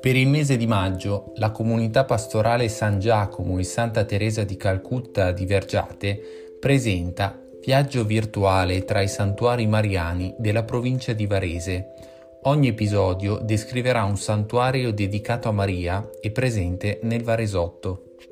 Per il mese di maggio, la comunità pastorale San Giacomo e Santa Teresa di Calcutta di Vergiate presenta Viaggio virtuale tra i santuari mariani della provincia di Varese. Ogni episodio descriverà un santuario dedicato a Maria e presente nel Varesotto.